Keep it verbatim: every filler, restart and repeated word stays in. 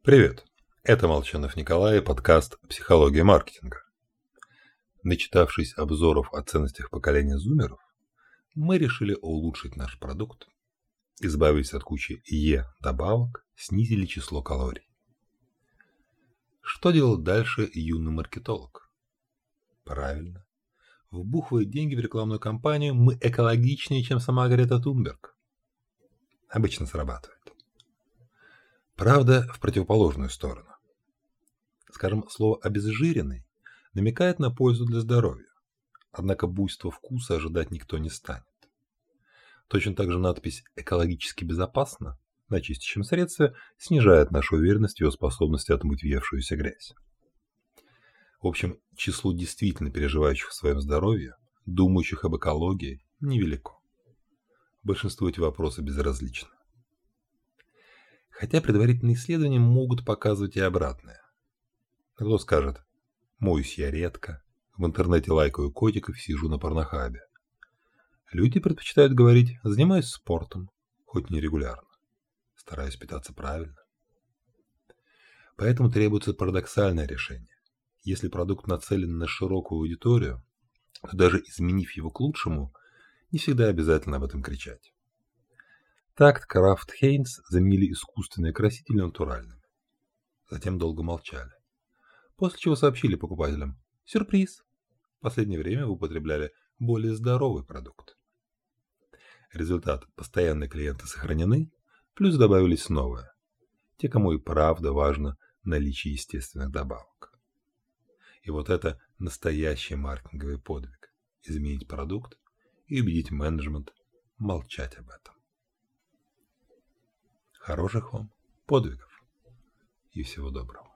Привет! Это Молчанов Николай и подкаст «Психология маркетинга». Начитавшись обзоров о ценностях поколения зумеров, мы решили улучшить наш продукт, избавились от кучи Е-добавок, снизили число калорий. Что делать дальше юный маркетолог? Правильно. Вбухивает деньги в рекламную кампанию «Мы экологичнее, чем сама Грета Тунберг». Обычно срабатывает. Правда, в противоположную сторону. Скажем, слово «обезжиренный» намекает на пользу для здоровья, однако буйства вкуса ожидать никто не станет. Точно так же надпись «экологически безопасно» на чистящем средстве снижает нашу уверенность в ее способности отмыть въевшуюся грязь. В общем, число действительно переживающих о своем здоровье, думающих об экологии, невелико. Большинству эти вопросы безразличны. Хотя предварительные исследования могут показывать и обратное. Кто скажет: моюсь я редко, в интернете лайкаю котиков, сижу на порнохабе. Люди предпочитают говорить: занимаюсь спортом, хоть нерегулярно, стараюсь питаться правильно. Поэтому требуется парадоксальное решение. Если продукт нацелен на широкую аудиторию, то даже изменив его к лучшему, не всегда обязательно об этом кричать. Так Крафт Хейнс заменили искусственные красители натуральными. Затем долго молчали. После чего сообщили покупателям: сюрприз! В последнее время вы употребляли более здоровый продукт. Результат: постоянные клиенты сохранены, плюс добавились новые. Те, кому и правда важно наличие естественных добавок. И вот это настоящий маркетинговый подвиг – изменить продукт и убедить менеджмент молчать об этом. Хороших вам подвигов и всего доброго.